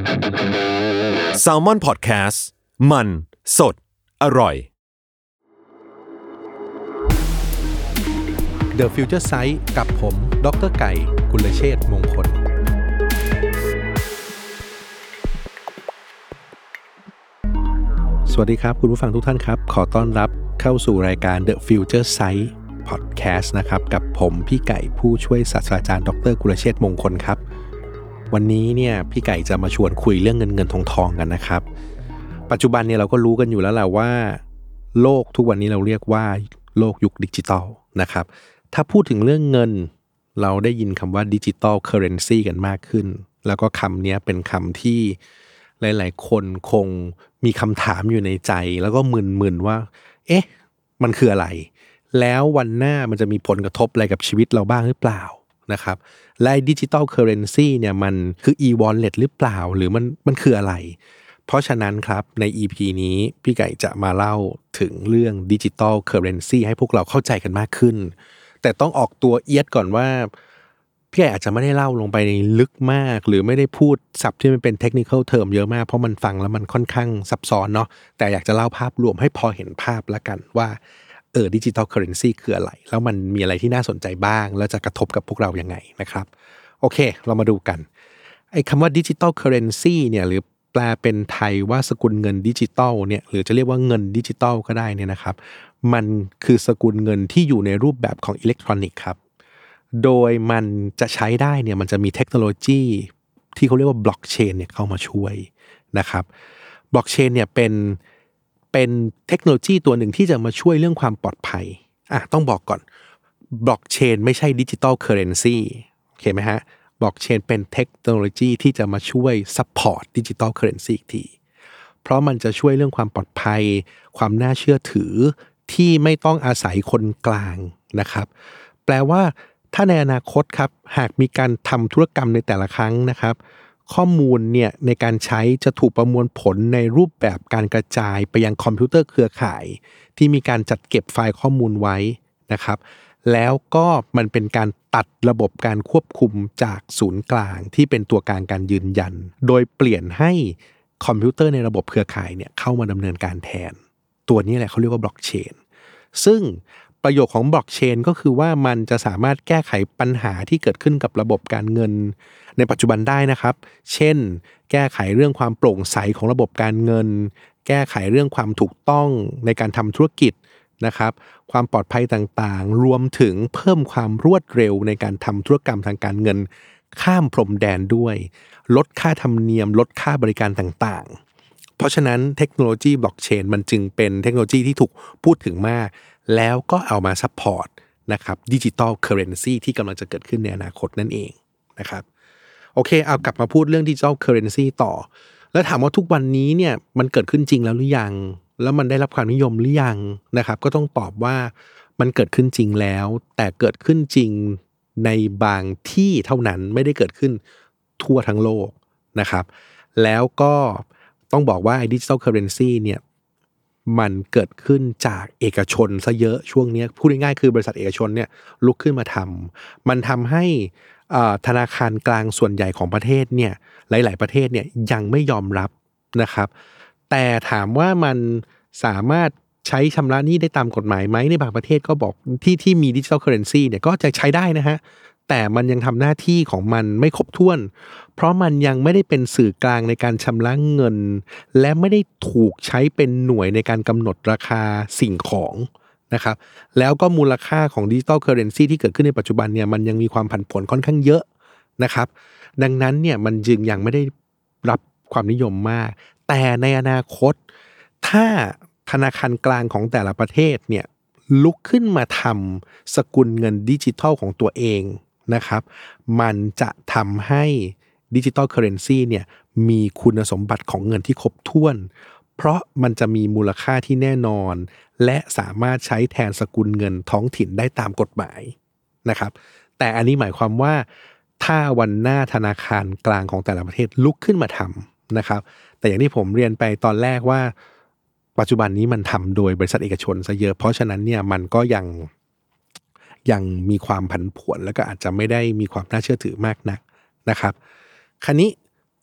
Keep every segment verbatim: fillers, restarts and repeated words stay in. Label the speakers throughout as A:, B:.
A: Salmon Podcast มันสดอร่อย
B: The Future Sight กับผมดร.ไก่กุลเชษฐ์มงคลสวัสดีครับคุณผู้ฟังทุกท่านครับขอต้อนรับเข้าสู่รายการ The Future Sight Podcast นะครับกับผมพี่ไก่ผู้ช่วยศาสตราจารย์ดร.กุลเชษฐ์มงคลครับวันนี้เนี่ยพี่ไก่จะมาชวนคุยเรื่องเงินเงินทองทองกันนะครับปัจจุบันเนี่ยเราก็รู้กันอยู่แล้วแหละว่าโลกทุกวันนี้เราเรียกว่าโลกยุคดิจิทัลนะครับถ้าพูดถึงเรื่องเงินเราได้ยินคำว่าดิจิทัลเคอร์เรนซีกันมากขึ้นแล้วก็คำนี้เป็นคำที่หลายๆคนคงมีคำถามอยู่ในใจแล้วก็มึนๆว่าเอ๊ะมันคืออะไรแล้ววันหน้ามันจะมีผลกระทบอะไรกับชีวิตเราบ้างหรือเปล่านะครับและดิจิทัลเคอร์เรนซีเนี่ยมันคือ e-wallet หรือเปล่าหรือมันมันคืออะไรเพราะฉะนั้นครับใน อี พี นี้พี่ไก่จะมาเล่าถึงเรื่องดิจิทัลเคอร์เรนซีให้พวกเราเข้าใจกันมากขึ้นแต่ต้องออกตัวเอียดก่อนว่าพี่ไก่อาจจะไม่ได้เล่าลงไปในลึกมากหรือไม่ได้พูดศัพท์ที่มันเป็นเทคนิคอลเทอมเยอะมากเพราะมันฟังแล้วมันค่อนข้างซับซ้อนเนาะแต่อยากจะเล่าภาพรวมให้พอเห็นภาพละกันว่าเออดิจิทัลเคอร์เรนซีคืออะไรแล้วมันมีอะไรที่น่าสนใจบ้างแล้วจะกระทบกับพวกเรายังไงนะครับโอเคเรามาดูกันไอ้คำว่าดิจิทัลเคอร์เรนซีเนี่ยหรือแปลเป็นไทยว่าสกุลเงินดิจิทัลเนี่ยหรือจะเรียกว่าเงินดิจิทัลก็ได้เนี่ยนะครับมันคือสกุลเงินที่อยู่ในรูปแบบของอิเล็กทรอนิกส์ครับโดยมันจะใช้ได้เนี่ยมันจะมีเทคโนโลยีที่เขาเรียกว่าบล็อกเชนเนี่ยเข้ามาช่วยนะครับบล็อกเชนเนี่ยเป็นเป็นเทคโนโลยีตัวหนึ่งที่จะมาช่วยเรื่องความปลอดภัยอ่ะต้องบอกก่อนบล็อกเชนไม่ใช่ดิจิทัลเคอร์เรนซีโอเคไหมฮะบล็อกเชนเป็นเทคโนโลยีที่จะมาช่วยซัพพอร์ตดิจิทัลเคอร์เรนซีอีกทีเพราะมันจะช่วยเรื่องความปลอดภัยความน่าเชื่อถือที่ไม่ต้องอาศัยคนกลางนะครับแปลว่าถ้าในอนาคตครับหากมีการทำธุรกรรมในแต่ละครั้งนะครับข้อมูลเนี่ยในการใช้จะถูกประมวลผลในรูปแบบการกระจายไปยังคอมพิวเตอร์เครือข่ายที่มีการจัดเก็บไฟล์ข้อมูลไว้นะครับแล้วก็มันเป็นการตัดระบบการควบคุมจากศูนย์กลางที่เป็นตัวกลางการยืนยันโดยเปลี่ยนให้คอมพิวเตอร์ในระบบเครือข่ายเนี่ยเข้ามาดำเนินการแทนตัวนี้แหละเขาเรียกว่าบล็อกเชนซึ่งประโยชน์ของบล็อกเชนก็คือว่ามันจะสามารถแก้ไขปัญหาที่เกิดขึ้นกับระบบการเงินในปัจจุบันได้นะครับเช่นแก้ไขเรื่องความโปร่งใสของระบบการเงินแก้ไขเรื่องความถูกต้องในการทำธุรกิจนะครับความปลอดภัยต่างๆรวมถึงเพิ่มความรวดเร็วในการทำธุรกรรมทางการเงินข้ามพรมแดนด้วยลดค่าธรรมเนียมลดค่าบริการต่างๆเพราะฉะนั้นเทคโนโลยีบล็อกเชนมันจึงเป็นเทคโนโลยีที่ถูกพูดถึงมากแล้วก็เอามาซัพพอร์ตนะครับดิจิทัลเคอร์เรนซีที่กำลังจะเกิดขึ้นในอนาคตนั่นเองนะครับโอเคเอากลับมาพูดเรื่องดิจิทัลเคอร์เรนซีต่อแล้วถามว่าทุกวันนี้เนี่ยมันเกิดขึ้นจริงแล้วหรือยังแล้วมันได้รับความนิยมหรือยังนะครับก็ต้องตอบว่ามันเกิดขึ้นจริงแล้วแต่เกิดขึ้นจริงในบางที่เท่านั้นไม่ได้เกิดขึ้นทั่วทั้งโลกนะครับแล้วก็ต้องบอกว่าไอ้ดิจิทัลเคอร์เรนซีเนี่ยมันเกิดขึ้นจากเอกชนซะเยอะช่วงนี้พูดง่ายๆคือบริษัทเอกชนเนี่ยลุกขึ้นมาทำมันทำให้ธนาคารกลางส่วนใหญ่ของประเทศเนี่ยหลายๆประเทศเนี่ยยังไม่ยอมรับนะครับแต่ถามว่ามันสามารถใช้ชำระหนี้ได้ตามกฎหมายไหมในบางประเทศก็บอกที่ที่มีดิจิทัลเคอร์เรนซีเนี่ยก็จะใช้ได้นะฮะแต่มันยังทำหน้าที่ของมันไม่ครบถ้วนเพราะมันยังไม่ได้เป็นสื่อกลางในการชำระเงินและไม่ได้ถูกใช้เป็นหน่วยในการกำหนดราคาสิ่งของนะครับแล้วก็มูลค่าของดิจิทัลเคอร์เรนซีที่เกิดขึ้นในปัจจุบันเนี่ยมันยังมีความผันผวนค่อนข้างเยอะนะครับดังนั้นเนี่ยมันจึงยังไม่ได้รับความนิยมมากแต่ในอนาคตถ้าธนาคารกลางของแต่ละประเทศเนี่ยลุกขึ้นมาทำสกุลเงินดิจิทัลของตัวเองนะครับมันจะทำให้ดิจิทัลเคอร์เรนซีเนี่ยมีคุณสมบัติของเงินที่ครบถ้วนเพราะมันจะมีมูลค่าที่แน่นอนและสามารถใช้แทนสกุลเงินท้องถิ่นได้ตามกฎหมายนะครับแต่อันนี้หมายความว่าถ้าวันหน้าธนาคารกลางของแต่ละประเทศลุกขึ้นมาทำนะครับแต่อย่างที่ผมเรียนไปตอนแรกว่าปัจจุบันนี้มันทำโดยบริษัทเอกชนซะเยอะเพราะฉะนั้นเนี่ยมันก็ยังยังมีความผันผวนแล้วก็อาจจะไม่ได้มีความน่าเชื่อถือมากนักนะครับคราวนี้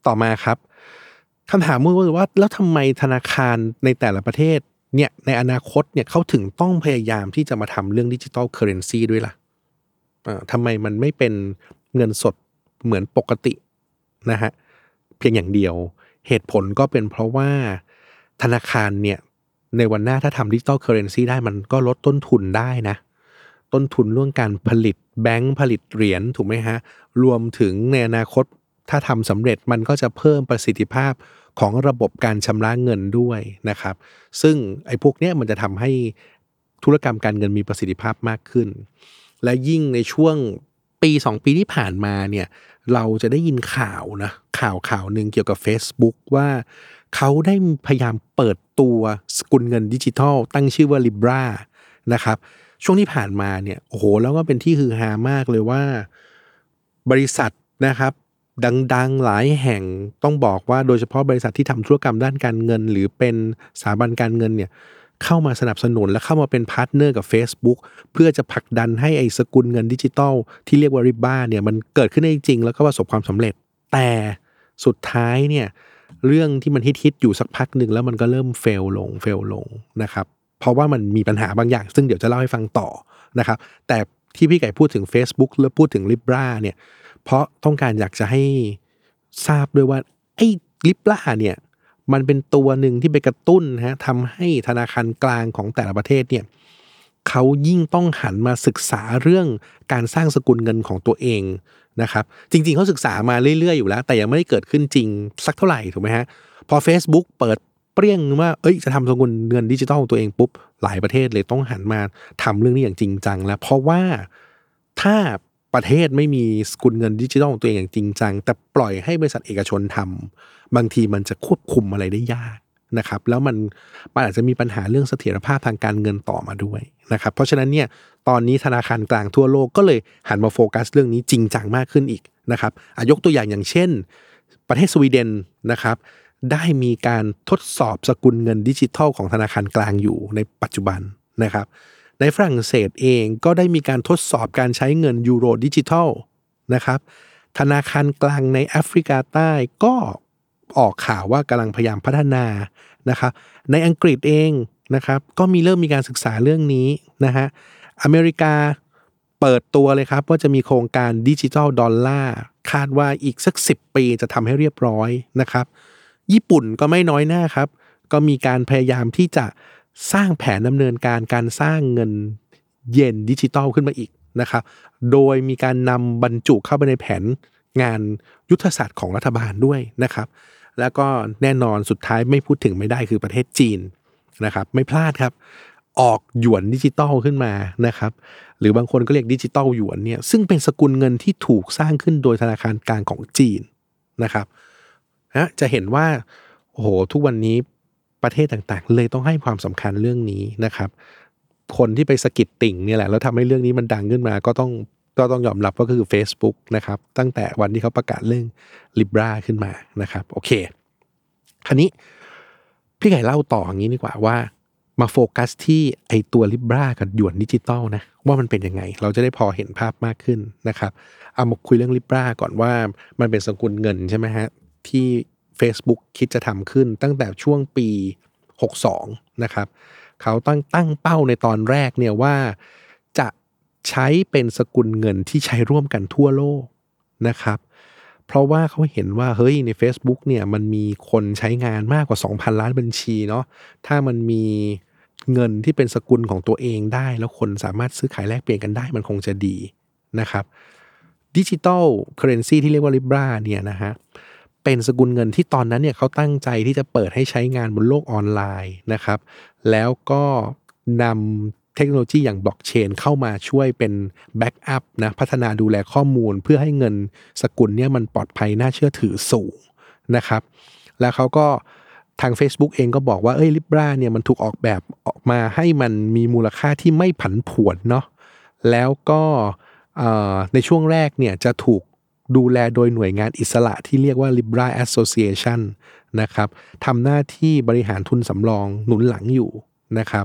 B: ต่อมาครับคำถามก็คือว่าแล้วทำไมธนาคารในแต่ละประเทศเนี่ยในอนาคตเนี่ยเขาถึงต้องพยายามที่จะมาทำเรื่องดิจิทัลเคอเรนซีด้วยล่ะอ่าทำไมมันไม่เป็นเงินสดเหมือนปกตินะฮะเพียงอย่างเดียวเหตุผลก็เป็นเพราะว่าธนาคารเนี่ยในวันหน้าถ้าทำดิจิทัลเคอเรนซีได้มันก็ลดต้นทุนได้นะต้นทุนเรื่องการผลิตแบงค์ผลิตเหรียญถูกไหมฮะรวมถึงในอนาคตถ้าทำสำเร็จมันก็จะเพิ่มประสิทธิภาพของระบบการชำระเงินด้วยนะครับซึ่งไอ้พวกเนี้ยมันจะทำให้ธุรกรรมการเงินมีประสิทธิภาพมากขึ้นและยิ่งในช่วงปีสองปีที่ผ่านมาเนี่ยเราจะได้ยินข่าวนะข่าวข่าวหนึ่งเกี่ยวกับ Facebook ว่าเขาได้พยายามเปิดตัวสกุลเงินดิจิทัลตั้งชื่อว่า Libra นะครับช่วงที่ผ่านมาเนี่ยโอ้โหแล้วก็เป็นที่ฮือฮามากเลยว่าบริษัทนะครับดังๆหลายแห่งต้องบอกว่าโดยเฉพาะบริษัทที่ทำธุรกรรมด้านการเงินหรือเป็นสถาบันการเงินเนี่ยเข้ามาสนับสนุนและเข้ามาเป็นพาร์ทเนอร์กับ Facebook เพื่อจะผลักดันให้ไอ้สกุลเงินดิจิทัลที่เรียกว่า Libra เนี่ยมันเกิดขึ้นได้จริงแล้วก็ประสบความสำเร็จแต่สุดท้ายเนี่ยเรื่องที่มันฮิตๆอยู่สักพักหนึ่งแล้วมันก็เริ่มเฟลลงเฟลลงนะครับเพราะว่ามันมีปัญหาบางอย่างซึ่งเดี๋ยวจะเล่าให้ฟังต่อนะครับแต่ที่พี่ไก่พูดถึง Facebook แล้วพูดถึง Libra เนี่ยเพราะต้องการอยากจะให้ทราบด้วยว่าไอ้ Libra เนี่ยมันเป็นตัวหนึ่งที่ไปกระตุ้นนะฮะทำให้ธนาคารกลางของแต่ละประเทศเนี่ยเขายิ่งต้องหันมาศึกษาเรื่องการสร้างสกุลเงินของตัวเองนะครับจริงๆเขาศึกษามาเรื่อยๆอยู่แล้วแต่ยังไม่ได้เกิดขึ้นจริงสักเท่าไหร่ถูกไหมฮะพอ Facebook เปิดเปรี้ยงว่าเอ้ยจะทำสกุลเงินดิจิทัลของตัวเองปุ๊บหลายประเทศเลยต้องหันมาทำเรื่องนี้อย่างจริงจังแล้วเพราะว่าถ้าประเทศไม่มีสกุลเงินดิจิทัลของตัวเองอย่างจริงจังแต่ปล่อยให้บริษัทเอกชนทำบางทีมันจะควบคุมอะไรได้ยากนะครับแล้วมันมันอาจจะมีปัญหาเรื่องเสถียรภาพทางการเงินต่อมาด้วยนะครับเพราะฉะนั้นเนี่ยตอนนี้ธนาคารกลางทั่วโลกก็เลยหันมาโฟกัสเรื่องนี้จริงจังมากขึ้นอีกนะครับยกตัวอย่างอย่างเช่นประเทศสวีเดนนะครับได้มีการทดสอบสกุลเงินดิจิทัลของธนาคารกลางอยู่ในปัจจุบันนะครับในฝรั่งเศสเองก็ได้มีการทดสอบการใช้เงินยูโรดิจิทัลนะครับธนาคารกลางในแอฟริกาใต้ก็ออกข่าวว่ากำลังพยายามพัฒนานะครับในอังกฤษเองนะครับก็มีเริ่มมีการศึกษาเรื่องนี้นะฮะอเมริกาเปิดตัวเลยครับว่าจะมีโครงการดิจิทัลดอลลาร์คาดว่าอีกสักสิบปีจะทำให้เรียบร้อยนะครับญี่ปุ่นก็ไม่น้อยหน้าครับก็มีการพยายามที่จะสร้างแผนดำเนินการการสร้างเงินเยนดิจิทัลขึ้นมาอีกนะครับโดยมีการนำบรรจุเข้าไปในแผนงานยุทธศาสตร์ของรัฐบาลด้วยนะครับแล้วก็แน่นอนสุดท้ายไม่พูดถึงไม่ได้คือประเทศจีนนะครับไม่พลาดครับออกหยวนดิจิทัลขึ้นมานะครับหรือบางคนก็เรียกดิจิทัลหยวนเนี่ยซึ่งเป็นสกุลเงินที่ถูกสร้างขึ้นโดยธนาคารกลางของจีนนะครับนะจะเห็นว่าโอ้โหทุกวันนี้ประเทศต่างๆเลยต้องให้ความสำคัญเรื่องนี้นะครับคนที่ไปสะกิดติ่งเนี่ยแหละแล้วทำให้เรื่องนี้มันดังขึ้นมาก็ต้องก็ต้องยอมรับว่าก็คือ Facebook นะครับตั้งแต่วันที่เขาประกาศเรื่อง Libra ขึ้นมานะครับโอเคคราวนี้พี่ไก่เล่าต่ออย่างนี้ดีกว่าว่ามาโฟกัสที่ไอตัว Libra กับหยวนดิจิตอลนะว่ามันเป็นยังไงเราจะได้พอเห็นภาพมากขึ้นนะครับเอามาคุยเรื่อง Libra ก่อนว่ามันเป็นสกุลเงินใช่ไหมฮะที่ Facebook คิดจะทำขึ้นตั้งแต่ช่วงปีหกสิบสองนะครับเขาตั้งตั้งเป้าในตอนแรกเนี่ยว่าจะใช้เป็นสกุลเงินที่ใช้ร่วมกันทั่วโลกนะครับเพราะว่าเขาเห็นว่าเฮ้ยใน Facebook เนี่ยมันมีคนใช้งานมากกว่า สองพัน ล้านบัญชีเนาะถ้ามันมีเงินที่เป็นสกุลของตัวเองได้แล้วคนสามารถซื้อขายแลกเปลี่ยนกันได้มันคงจะดีนะครับดิจิทัลเคอเรนซีที่เรียกว่า Libra เนี่ยนะฮะเป็นสกุลเงินที่ตอนนั้นเนี่ยเขาตั้งใจที่จะเปิดให้ใช้งานบนโลกออนไลน์นะครับแล้วก็นำเทคโนโลยีอย่างบล็อกเชนเข้ามาช่วยเป็นแบ็กอัพนะพัฒนาดูแลข้อมูลเพื่อให้เงินสกุลเนี่ยมันปลอดภัยน่าเชื่อถือสูงนะครับแล้วเขาก็ทาง Facebook เองก็บอกว่าเอ้ย Libra เนี่ยมันถูกออกแบบออกมาให้มันมีมูลค่าที่ไม่ผันผวนเนาะแล้วก็ในช่วงแรกเนี่ยจะถูกดูแลโดยหน่วยงานอิสระที่เรียกว่า Libra Association นะครับทำหน้าที่บริหารทุนสำรองหนุนหลังอยู่นะครับ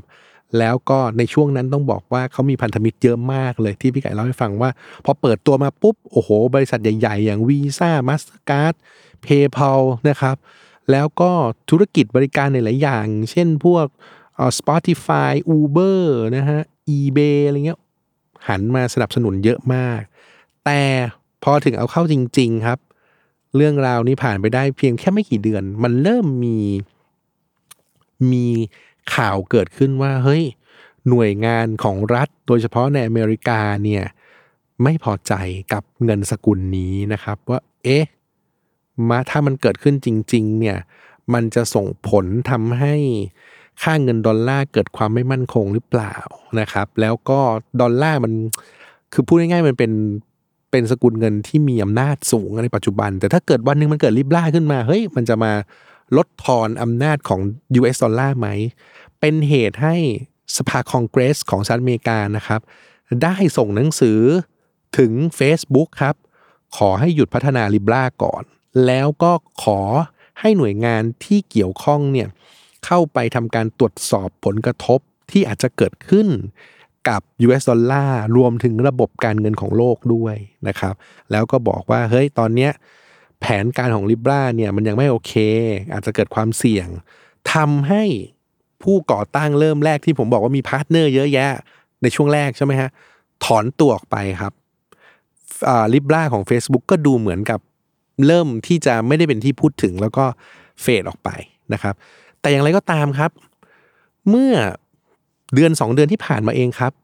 B: แล้วก็ในช่วงนั้นต้องบอกว่าเขามีพันธมิตรเยอะมากเลยที่พี่ไก่เล่าให้ฟังว่าพอเปิดตัวมาปุ๊บโอ้โหบริษัทใหญ่ๆอย่าง Visa Mastercard PayPal นะครับแล้วก็ธุรกิจบริการในหลายอย่างเช่นพวกเอ่อ Spotify Uber นะฮะ eBay อะไรเงี้ยหันมาสนับสนุนเยอะมากแต่พอถึงเอาเข้าจริงๆครับเรื่องราวนี้ผ่านไปได้เพียงแค่ไม่กี่เดือนมันเริ่มมีมีข่าวเกิดขึ้นว่าเฮ้ยหน่วยงานของรัฐโดยเฉพาะในอเมริกาเนี่ยไม่พอใจกับเงินสกุลนี้นะครับว่าเอ๊ะมาถ้ามันเกิดขึ้นจริงๆเนี่ยมันจะส่งผลทำให้ค่าเงินดอลลาร์เกิดความไม่มั่นคงหรือเปล่านะครับแล้วก็ดอลลาร์มันคือพูดง่ายๆมันเป็นเป็นสกุลเงินที่มีอำนาจสูงในปัจจุบันแต่ถ้าเกิดวันนึงมันเกิดลิบราขึ้นมาเฮ้ยมันจะมาลดทอนอำนาจของ ยู เอส ดอลลาร์ไหมเป็นเหตุให้สภาคองเกรสของสหรัฐอเมริกานะครับได้ส่งหนังสือถึง Facebook ครับขอให้หยุดพัฒนาลิบราก่อนแล้วก็ขอให้หน่วยงานที่เกี่ยวข้องเนี่ยเข้าไปทำการตรวจสอบผลกระทบที่อาจจะเกิดขึ้นกับ ยู เอส ดอลลาร์รวมถึงระบบการเงินของโลกด้วยนะครับแล้วก็บอกว่าเฮ้ยตอนเนี้ยแผนการของ Libra เนี่ยมันยังไม่โอเคอาจจะเกิดความเสี่ยงทำให้ผู้ก่อตั้งเริ่มแรกที่ผมบอกว่ามีพาร์ทเนอร์เยอะแยะในช่วงแรกใช่ไหมฮะถอนตัวออกไปครับอ่า Libra ของ Facebook ก็ดูเหมือนกับเริ่มที่จะไม่ได้เป็นที่พูดถึงแล้วก็เฟดออกไปนะครับแต่อย่างไรก็ตามครับเมื่อเดือนสองเดือนที่ผ่านมาเองครับ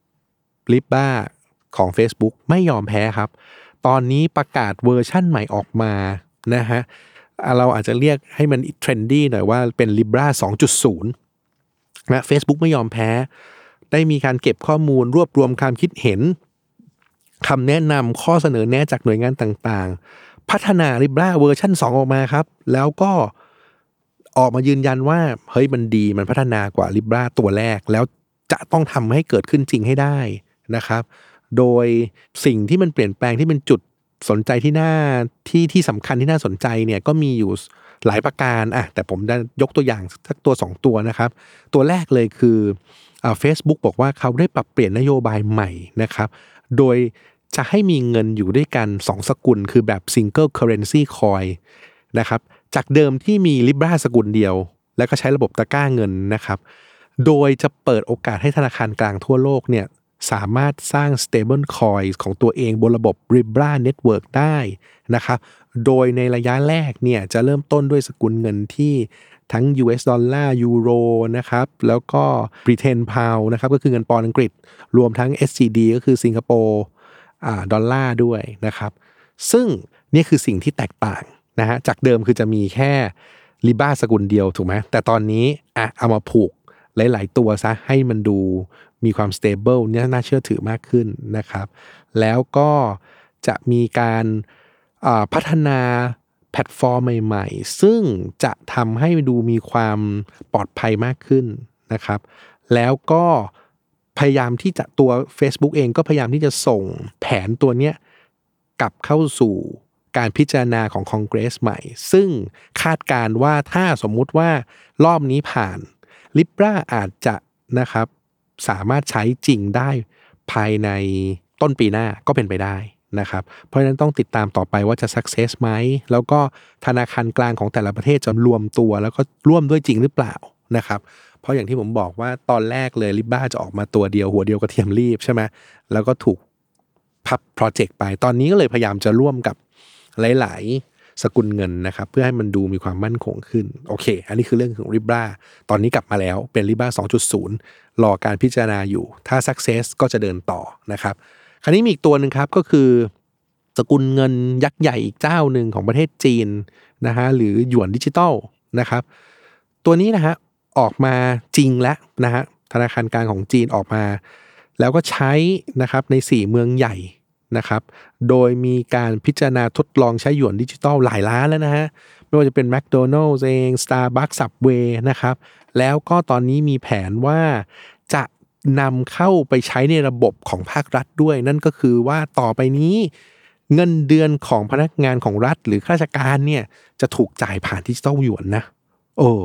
B: Libra ของ Facebook ไม่ยอมแพ้ครับตอนนี้ประกาศเวอร์ชั่นใหม่ออกมานะฮะเราอาจจะเรียกให้มันเทรนดี้หน่อยว่าเป็น Libra สองจุดศูนย์ นะ Facebook ไม่ยอมแพ้ได้มีการเก็บข้อมูลรวบรวมความคิดเห็นคำแนะนำข้อเสนอแนะจากหน่วยงานต่างๆพัฒนา Libra เวอร์ชันสองออกมาครับแล้วก็ออกมายืนยันว่าเฮ้ยมันดีมันพัฒนากว่า Libra ตัวแรกแล้วจะต้องทำให้เกิดขึ้นจริงให้ได้นะครับโดยสิ่งที่มันเปลี่ยนแปลงที่เป็นจุดสนใจที่น่าที่ที่สำคัญที่น่าสนใจเนี่ยก็มีอยู่หลายประการอ่ะแต่ผมจะยกตัวอย่างสักตัวสองตัวนะครับตัวแรกเลยคืออ่า Facebook บอกว่าเขาได้ปรับเปลี่ยนนโยบายใหม่นะครับโดยจะให้มีเงินอยู่ด้วยกันสองสกุลคือแบบ Single Currency Coin นะครับจากเดิมที่มี Libra สกุลเดียวแล้วก็ใช้ระบบตะกร้าเงินนะครับโดยจะเปิดโอกาสให้ธนาคารกลางทั่วโลกเนี่ยสามารถสร้าง stable coin ของตัวเองบนระบบ Libra Network ได้นะครับโดยในระยะแรกเนี่ยจะเริ่มต้นด้วยสกุลเงินที่ทั้ง ยู เอส ดอลลาร์ยูโรนะครับแล้วก็ Britain Pound นะครับก็คือเงินปอนด์อังกฤษรวมทั้ง เอส ซี ดี ก็คือสิงคโปร์อ่าดอลลาร์ด้วยนะครับซึ่งนี่คือสิ่งที่แตกต่างนะฮะจากเดิมคือจะมีแค่ Libra สกุลเดียวถูกไหมแต่ตอนนี้อ่ะเอามาผูกหลายๆตัวซะให้มันดูมีความ stable เนี่ยน่าเชื่อถือมากขึ้นนะครับแล้วก็จะมีการพัฒนาแพลตฟอร์มใหม่ๆซึ่งจะทำให้ดูมีความปลอดภัยมากขึ้นนะครับแล้วก็พยายามที่จะตัว Facebook เองก็พยายามที่จะส่งแผนตัวเนี้ยกลับเข้าสู่การพิจารณาของคองเกรสใหม่ซึ่งคาดการว่าถ้าสมมุติว่ารอบนี้ผ่าน Libra อาจจะนะครับสามารถใช้จริงได้ภายในต้นปีหน้าก็เป็นไปได้นะครับเพราะฉะนั้นต้องติดตามต่อไปว่าจะ success ไหมแล้วก็ธนาคารกลางของแต่ละประเทศจะรวมตัวแล้วก็ร่วมด้วยจริงหรือเปล่านะครับเพราะอย่างที่ผมบอกว่าตอนแรกเลย Libra จะออกมาตัวเดียวหัวเดียวกระเทียมรีบใช่ไหมแล้วก็ถูกพับโปรเจกต์ไปตอนนี้ก็เลยพยายามจะร่วมกับหลายๆสกุลเงินนะครับเพื่อให้มันดูมีความมั่นคงขึ้นโอเคอันนี้คือเรื่องของ Libra ตอนนี้กลับมาแล้วเป็น Libra สองจุดศูนย์ รอการพิจารณาอยู่ถ้า success ก็จะเดินต่อนะครับคราวนี้มีอีกตัวหนึ่งครับก็คือสกุลเงินยักษ์ใหญ่อีกเจ้าหนึ่งของประเทศจีนนะฮะหรือหยวนดิจิตอลนะครับตัวนี้นะฮะออกมาจริงแล้วนะฮะธนาคารกลางของจีนออกมาแล้วก็ใช้นะครับในสี่เมืองใหญ่นะครับโดยมีการพิจารณาทดลองใช้หยวนดิจิตอลหลายล้านแล้วนะฮะไม่ว่าจะเป็น McDonald's เอง Starbucks Subway นะครับแล้วก็ตอนนี้มีแผนว่าจะนำเข้าไปใช้ในระบบของภาครัฐด้วยนั่นก็คือว่าต่อไปนี้เงินเดือนของพนักงานของรัฐหรือข้าราชการเนี่ยจะถูกจ่ายผ่านดิจิตอลหยวนนะโอ้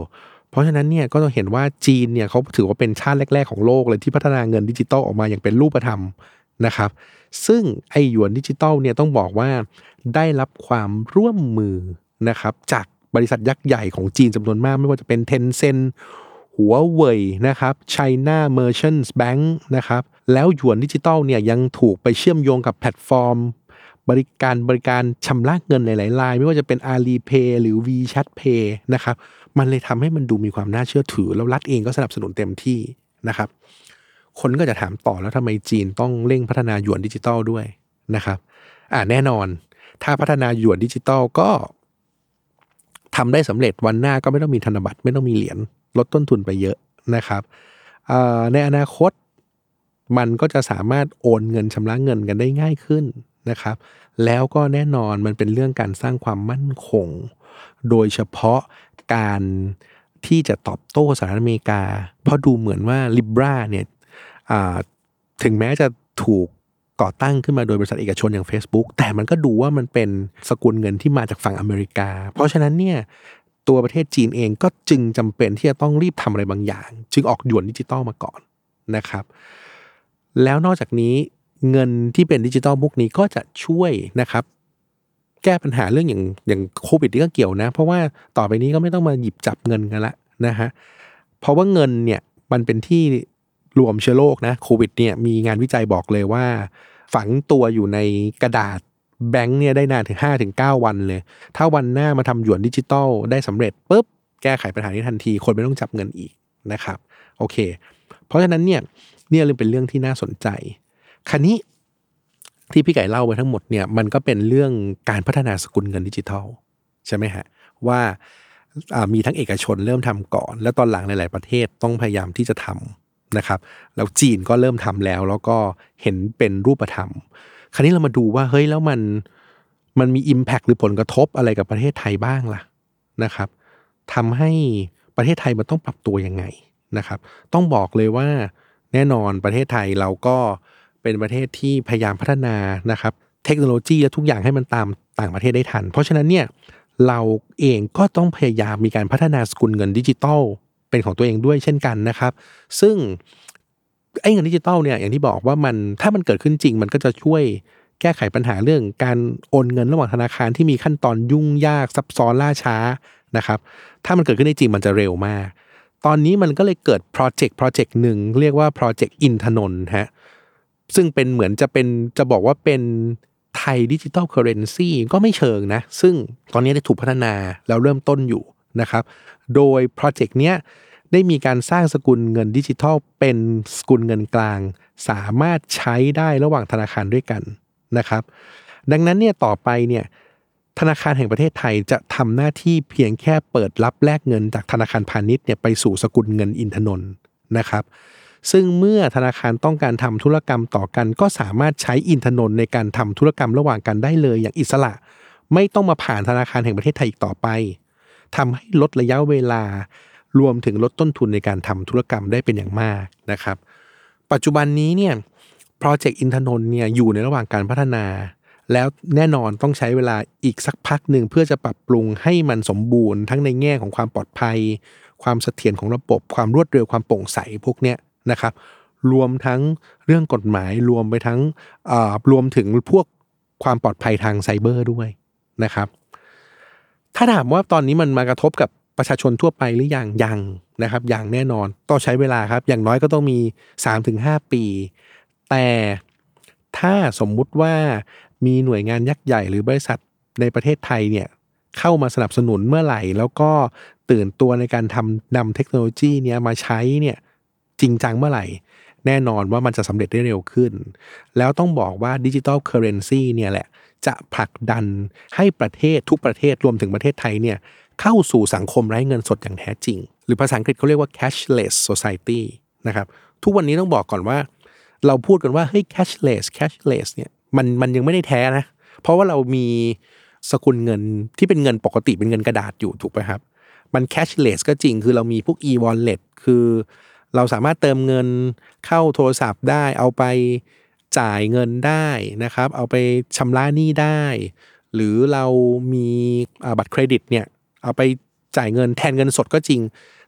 B: เพราะฉะนั้นเนี่ยก็ต้องเห็นว่าจีนเนี่ยเขาถือว่าเป็นชาติแรกๆของโลกเลยที่พัฒนาเงินดิจิตอลออกมาอย่างเป็นรูปธรรมนะครับซึ่งไอ้หยวนดิจิตอลเนี่ยต้องบอกว่าได้รับความร่วมมือนะครับจากบริษัทยักษ์ใหญ่ของจีนจำนวนมากไม่ว่าจะเป็น Tencent หัวเว่ยนะครับ China Merchants Bank นะครับแล้วหยวนดิจิตอลเนี่ยยังถูกไปเชื่อมโยงกับแพลตฟอร์มบริการบริการชำระเงินหลายๆรายไม่ว่าจะเป็น Alipay หรือ WeChat Pay นะครับมันเลยทำให้มันดูมีความน่าเชื่อถือแล้วรัฐเองก็สนับสนุนเต็มที่นะครับคนก็จะถามต่อแล้วทำไมจีนต้องเร่งพัฒนาหยวนดิจิตอลด้วยนะครับอ่าแน่นอนถ้าพัฒนาหยวนดิจิตอลก็ทำได้สำเร็จวันหน้าก็ไม่ต้องมีธนบัตรไม่ต้องมีเหรียญลดต้นทุนไปเยอะนะครับในอนาคตมันก็จะสามารถโอนเงินชำระเงินกันได้ง่ายขึ้นนะครับแล้วก็แน่นอนมันเป็นเรื่องการสร้างความมั่นคงโดยเฉพาะการที่จะตอบโต้สหรัฐอเมริกาเพราะดูเหมือนว่า Libra เนี่ยถึงแม้จะถูกก่อตั้งขึ้นมาโดยบริษัทเอกชนอย่าง Facebook แต่มันก็ดูว่ามันเป็นสกุลเงินที่มาจากฝั่งอเมริกาเพราะฉะนั้นเนี่ยตัวประเทศจีนเองก็จึงจำเป็นที่จะต้องรีบทำอะไรบางอย่างจึงออกหยวนดิจิตอลมาก่อนนะครับแล้วนอกจากนี้เงินที่เป็นดิจิตอลพวกนี้ก็จะช่วยนะครับแก้ปัญหาเรื่องอย่างอย่างโควิดนี่ก็เกี่ยวนะเพราะว่าต่อไปนี้ก็ไม่ต้องมาหยิบจับเงินกันละนะฮะเพราะว่าเงินเนี่ยมันเป็นที่รวมเชื้อโรคนะโควิดเนี่ยมีงานวิจัยบอกเลยว่าฝังตัวอยู่ในกระดาษแบงค์เนี่ยได้นานถึง ห้าถึงเก้า วันเลยถ้าวันหน้ามาทำหยวนดิจิตอลได้สำเร็จปุ๊บแก้ไขปัญหานี้ทันทีคนไม่ต้องจับเงินอีกนะครับโอเคเพราะฉะนั้นเนี่ยเนี่ยเป็นเรื่องที่น่าสนใจคราวนี้ที่พี่ไก่เล่าไปทั้งหมดเนี่ยมันก็เป็นเรื่องการพัฒนาสกุลเงินดิจิทัลใช่ไหมฮะว่ามีทั้งเอกชนเริ่มทำก่อนแล้วตอนหลังหลายๆประเทศต้องพยายามที่จะทำนะครับแล้วจีนก็เริ่มทำแล้วแล้วก็เห็นเป็นรูปธรรมคราวนี้เรามาดูว่าเฮ้ยแล้วมันมันมี impact หรือผลกระทบอะไรกับประเทศไทยบ้างล่ะนะครับทำให้ประเทศไทยมันต้องปรับตัวยังไงนะครับต้องบอกเลยว่าแน่นอนประเทศไทยเราก็เป็นประเทศที่พยายามพัฒนานะครับเทคโนโลยีและทุกอย่างให้มันตามต่างประเทศได้ทันเพราะฉะนั้นเนี่ยเราเองก็ต้องพยายามมีการพัฒนาสกุลเงินดิจิตอลเป็นของตัวเองด้วยเช่นกันนะครับซึ่งไอ้เงินดิจิตอลเนี่ยอย่างที่บอกว่ามันถ้ามันเกิดขึ้นจริงมันก็จะช่วยแก้ไขปัญหาเรื่องการโอนเงินระหว่างธนาคารที่มีขั้นตอนยุ่งยากซับซ้อนล่าช้านะครับถ้ามันเกิดขึ้นได้จริงมันจะเร็วมากตอนนี้มันก็เลยเกิดโปรเจกต์โปรเจกต์หนึ่งเรียกว่าโปรเจกต์อินทนนท์ฮะซึ่งเป็นเหมือนจะเป็นจะบอกว่าเป็นไทยดิจิทัลเคอเรนซีก็ไม่เชิงนะซึ่งตอนนี้ได้ถูกพัฒนาแล้วเริ่มต้นอยู่นะครับโดยโปรเจกต์เนี้ยได้มีการสร้างสกุลเงินดิจิทัลเป็นสกุลเงินกลางสามารถใช้ได้ระหว่างธนาคารด้วยกันนะครับดังนั้นเนี่ยต่อไปเนี่ยธนาคารแห่งประเทศไทยจะทำหน้าที่เพียงแค่เปิดรับแลกเงินจากธนาคารพาณิชย์เนี่ยไปสู่สกุลเงินอินทนนท์นะครับซึ่งเมื่อธนาคารต้องการทำธุรกรรมต่อกันก็สามารถใช้อินทนนท์ในการทำธุรกรรมระหว่างกันได้เลยอย่างอิสระไม่ต้องมาผ่านธนาคารแห่งประเทศไทยอีกต่อไปทำให้ลดระยะเวลารวมถึงลดต้นทุนในการทำธุรกรรมได้เป็นอย่างมากนะครับปัจจุบันนี้เนี่ยโปรเจกต์อินทนนท์เนี่ยอยู่ในระหว่างการพัฒนาแล้วแน่นอนต้องใช้เวลาอีกสักพักหนึ่งเพื่อจะปรับปรุงให้มันสมบูรณ์ทั้งในแง่ของความปลอดภัยความเสถียรของระบบความรวดเร็วความโปร่งใสพวกเนี้ยนะครับรวมทั้งเรื่องกฎหมายรวมไปทั้งรวมถึงพวกความปลอดภัยทางไซเบอร์ด้วยนะครับถ้าถามว่าตอนนี้มันมากระทบกับประชาชนทั่วไปหรือยังยังนะครับอย่างแน่นอนต้องใช้เวลาครับอย่างน้อยก็ต้องมี สามถึงห้า ปีแต่ถ้าสมมุติว่ามีหน่วยงานยักษ์ใหญ่หรือบริษัทในประเทศไทยเนี่ยเข้ามาสนับสนุนเมื่อไหร่แล้วก็ตื่นตัวในการทำนำเทคโนโลยีเนี้ยมาใช้เนี่ยจริงจังเมื่อไหร่แน่นอนว่ามันจะสำเร็จได้เร็วขึ้นแล้วต้องบอกว่าดิจิทัลเคอเรนซีเนี่ยแหละจะผลักดันให้ประเทศทุกประเทศรวมถึงประเทศไทยเนี่ยเข้าสู่สังคมไร้เงินสดอย่างแท้จริงหรือภาษาอังกฤษเขาเรียกว่า cashless society นะครับทุกวันนี้ต้องบอกก่อนว่าเราพูดกันว่าเฮ้ย cashless cashless เนี่ยมันมันยังไม่ได้แท้นะเพราะว่าเรามีสกุลเงินที่เป็นเงินปกติเป็นเงินกระดาษอยู่ถูกไหมครับมัน cashless ก็จริงคือเรามีพวก e-wallet คือเราสามารถเติมเงินเข้าโทรศัพท์ได้เอาไปจ่ายเงินได้นะครับเอาไปชำระหนี้ได้หรือเรามีบัตรเครดิตเนี่ยเอาไปจ่ายเงินแทนเงินสดก็จริง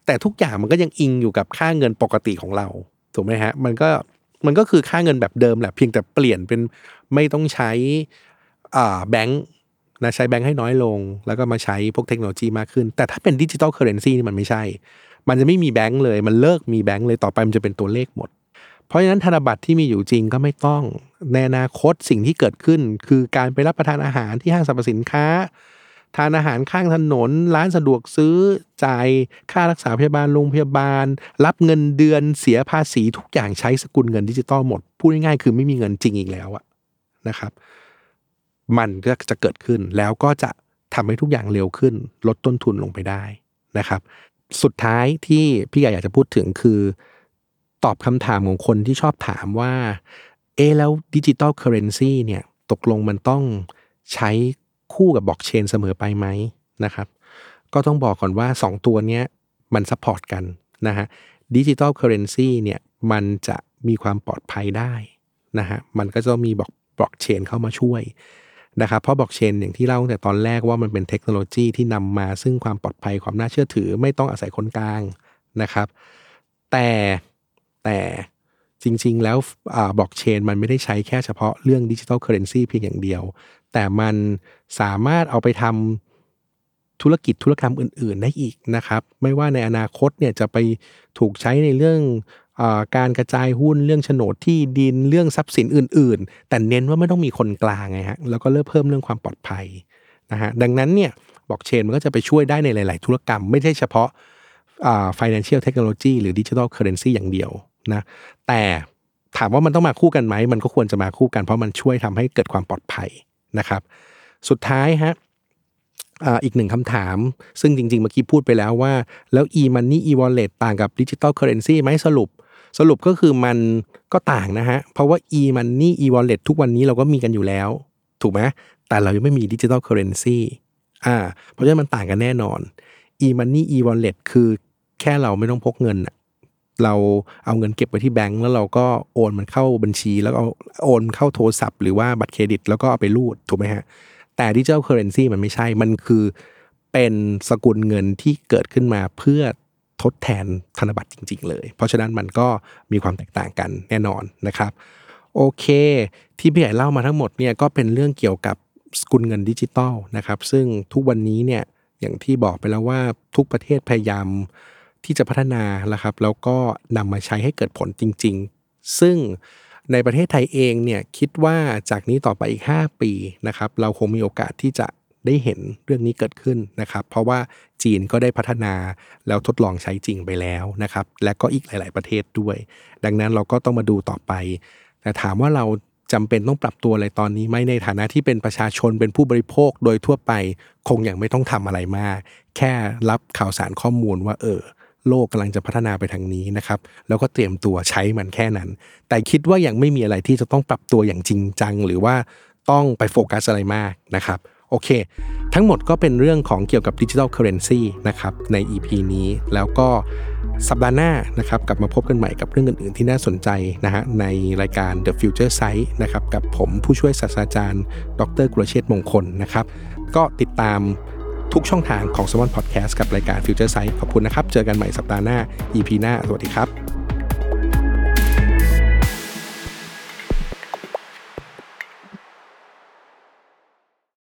B: แต่ทุกอย่างมันก็ยังอิงอยู่กับค่าเงินปกติของเราถูกไหมฮะมันก็มันก็คือค่าเงินแบบเดิมแหละเพียงแต่เปลี่ยนเป็นไม่ต้องใช้อ่าแบงค์นะใช้แบงค์ให้น้อยลงแล้วก็มาใช้พวกเทคโนโลยีมากขึ้นแต่ถ้าเป็นดิจิทัลเคอเรนซีนี่มันไม่ใช่มันจะไม่มีแบงค์เลยมันเลิกมีแบงค์เลยต่อไปมันจะเป็นตัวเลขหมดเพราะฉะนั้นธนบัตรที่มีอยู่จริงก็ไม่ต้องในอนาคตสิ่งที่เกิดขึ้นคือการไปรับประทานอาหารที่ห้างสรรพสินค้าทานอาหารข้างถนนร้านสะดวกซื้อจ่ายค่ารักษาพยาบาลโรงพยาบาลรับเงินเดือนเสียภาษีทุกอย่างใช้สกุลเงินดิจิตอลหมดพูดง่ายๆคือไม่มีเงินจริงอีกแล้วอะนะครับมันก็จะเกิดขึ้นแล้วก็จะทำให้ทุกอย่างเร็วขึ้นลดต้นทุนลงไปได้นะครับสุดท้ายที่พี่ใหญ่อยากจะพูดถึงคือตอบคำถามของคนที่ชอบถามว่าเอ๊ะแล้วดิจิตอลเคอเรนซีเนี่ยตกลงมันต้องใช้คู่กับบล็อกเชนเสมอไปไหมนะครับก็ต้องบอกก่อนว่าสองตัวเนี้ยมันซัพพอร์ตกันนะฮะดิจิตอลเคอเรนซีเนี่ยมันจะมีความปลอดภัยได้นะฮะมันก็จะมีบล็อกบล็อกเชนเข้ามาช่วยนะครับเพราะบล็อกเชนอย่างที่เล่าตั้งแต่ตอนแรกว่ามันเป็นเทคโนโลยีที่นำมาซึ่งความปลอดภัยความน่าเชื่อถือไม่ต้องอาศัยคนกลางนะครับแต่แต่จริงๆแล้วอ่าบล็อกเชนมันไม่ได้ใช้แค่เฉพาะเรื่องดิจิทัลเคอเรนซีเพียงอย่างเดียวแต่มันสามารถเอาไปทำธุรกิจธุรกรรมอื่นๆได้อีกนะครับไม่ว่าในอนาคตเนี่ยจะไปถูกใช้ในเรื่องอ่าการกระจายหุ้นเรื่องโฉนดที่ดินเรื่องทรัพย์สินอื่นๆแต่เน้นว่าไม่ต้องมีคนกลางไงฮะแล้วก็เริ่มเพิ่มเรื่องความปลอดภัยนะฮะดังนั้นเนี่ยบล็อกเชนมันก็จะไปช่วยได้ในหลายๆธุรกรรมไม่ใช่เฉพาะอ่า financial technology หรือ digital currency อย่างเดียวนะแต่ถามว่ามันต้องมาคู่กันไหมมันก็ควรจะมาคู่กันเพราะมันช่วยทำให้เกิดความปลอดภัยนะครับสุดท้ายฮะอ่าอีกหนึ่งคำถามซึ่งจริงๆเมื่อกี้พูดไปแล้วว่าแล้ว e-money e-wallet ต่างกับ digital currency ไหมสรุปสรุปก็คือมันก็ต่างนะฮะเพราะว่า e-money e-wallet ทุกวันนี้เราก็มีกันอยู่แล้วถูกไหมแต่เรายังไม่มี digital currency อ่าเพราะฉะนั้นมันต่างกันแน่นอน e-money e-wallet คือแค่เราไม่ต้องพกเงินเราเอาเงินเก็บไว้ที่แบงก์แล้วเราก็โอนมันเข้าบัญชีแล้วเอาโอนเข้าโทรศัพท์หรือว่าบัตรเครดิตแล้วก็เอาไปรูดถูกไหมฮะแต่ Digital Currency มันไม่ใช่มันคือเป็นสกุลเงินที่เกิดขึ้นมาเพื่อทดแทนธนบัตรจริงๆเลยเพราะฉะนั้นมันก็มีความแตกต่างกันแน่นอนนะครับโอเคที่พี่ใหญ่เล่ามาทั้งหมดเนี่ยก็เป็นเรื่องเกี่ยวกับสกุลเงินดิจิตอลนะครับซึ่งทุกวันนี้เนี่ยอย่างที่บอกไปแล้วว่าทุกประเทศพยายามที่จะพัฒนานะครับแล้วก็นำมาใช้ให้เกิดผลจริงๆซึ่งในประเทศไทยเองเนี่ยคิดว่าจากนี้ต่อไปอีกห้าปีนะครับเราคงมีโอกาสที่จะได้เห็นเรื่องนี้เกิดขึ้นนะครับเพราะว่าจีนก็ได้พัฒนาแล้วทดลองใช้จริงไปแล้วนะครับและก็อีกหลายๆประเทศด้วยดังนั้นเราก็ต้องมาดูต่อไปแต่ถามว่าเราจำเป็นต้องปรับตัวอะไรตอนนี้ไหมในฐานะที่เป็นประชาชนเป็นผู้บริโภคโดยทั่วไปคงยังไม่ต้องทำอะไรมากแค่รับข่าวสารข้อมูลว่าเออโลกกำลังจะพัฒนาไปทางนี้นะครับแล้วก็เตรียมตัวใช้มันแค่นั้นแต่คิดว่ายังไม่มีอะไรที่จะต้องปรับตัวอย่างจริงจังหรือว่าต้องไปโฟกัสอะไรมากนะครับโอเคทั้งหมดก็เป็นเรื่องของเกี่ยวกับ Digital Currency นะครับใน อี พี นี้แล้วก็สัปดาห์หน้านะครับกลับมาพบกันใหม่กับเรื่องอื่นๆที่น่าสนใจนะฮะในรายการ The Future Sight นะครับกับผมผู้ช่วยศาสตราจารย์ดร.กุลเชษฐ์มงคลนะครับก็ติดตามทุกช่องทางของ Salmon Podcast กับรายการ Future Sight ขอบคุณนะครับเจอกันใหม่สัปดาห์หน้า อี พี หน้าสวัสดีครับ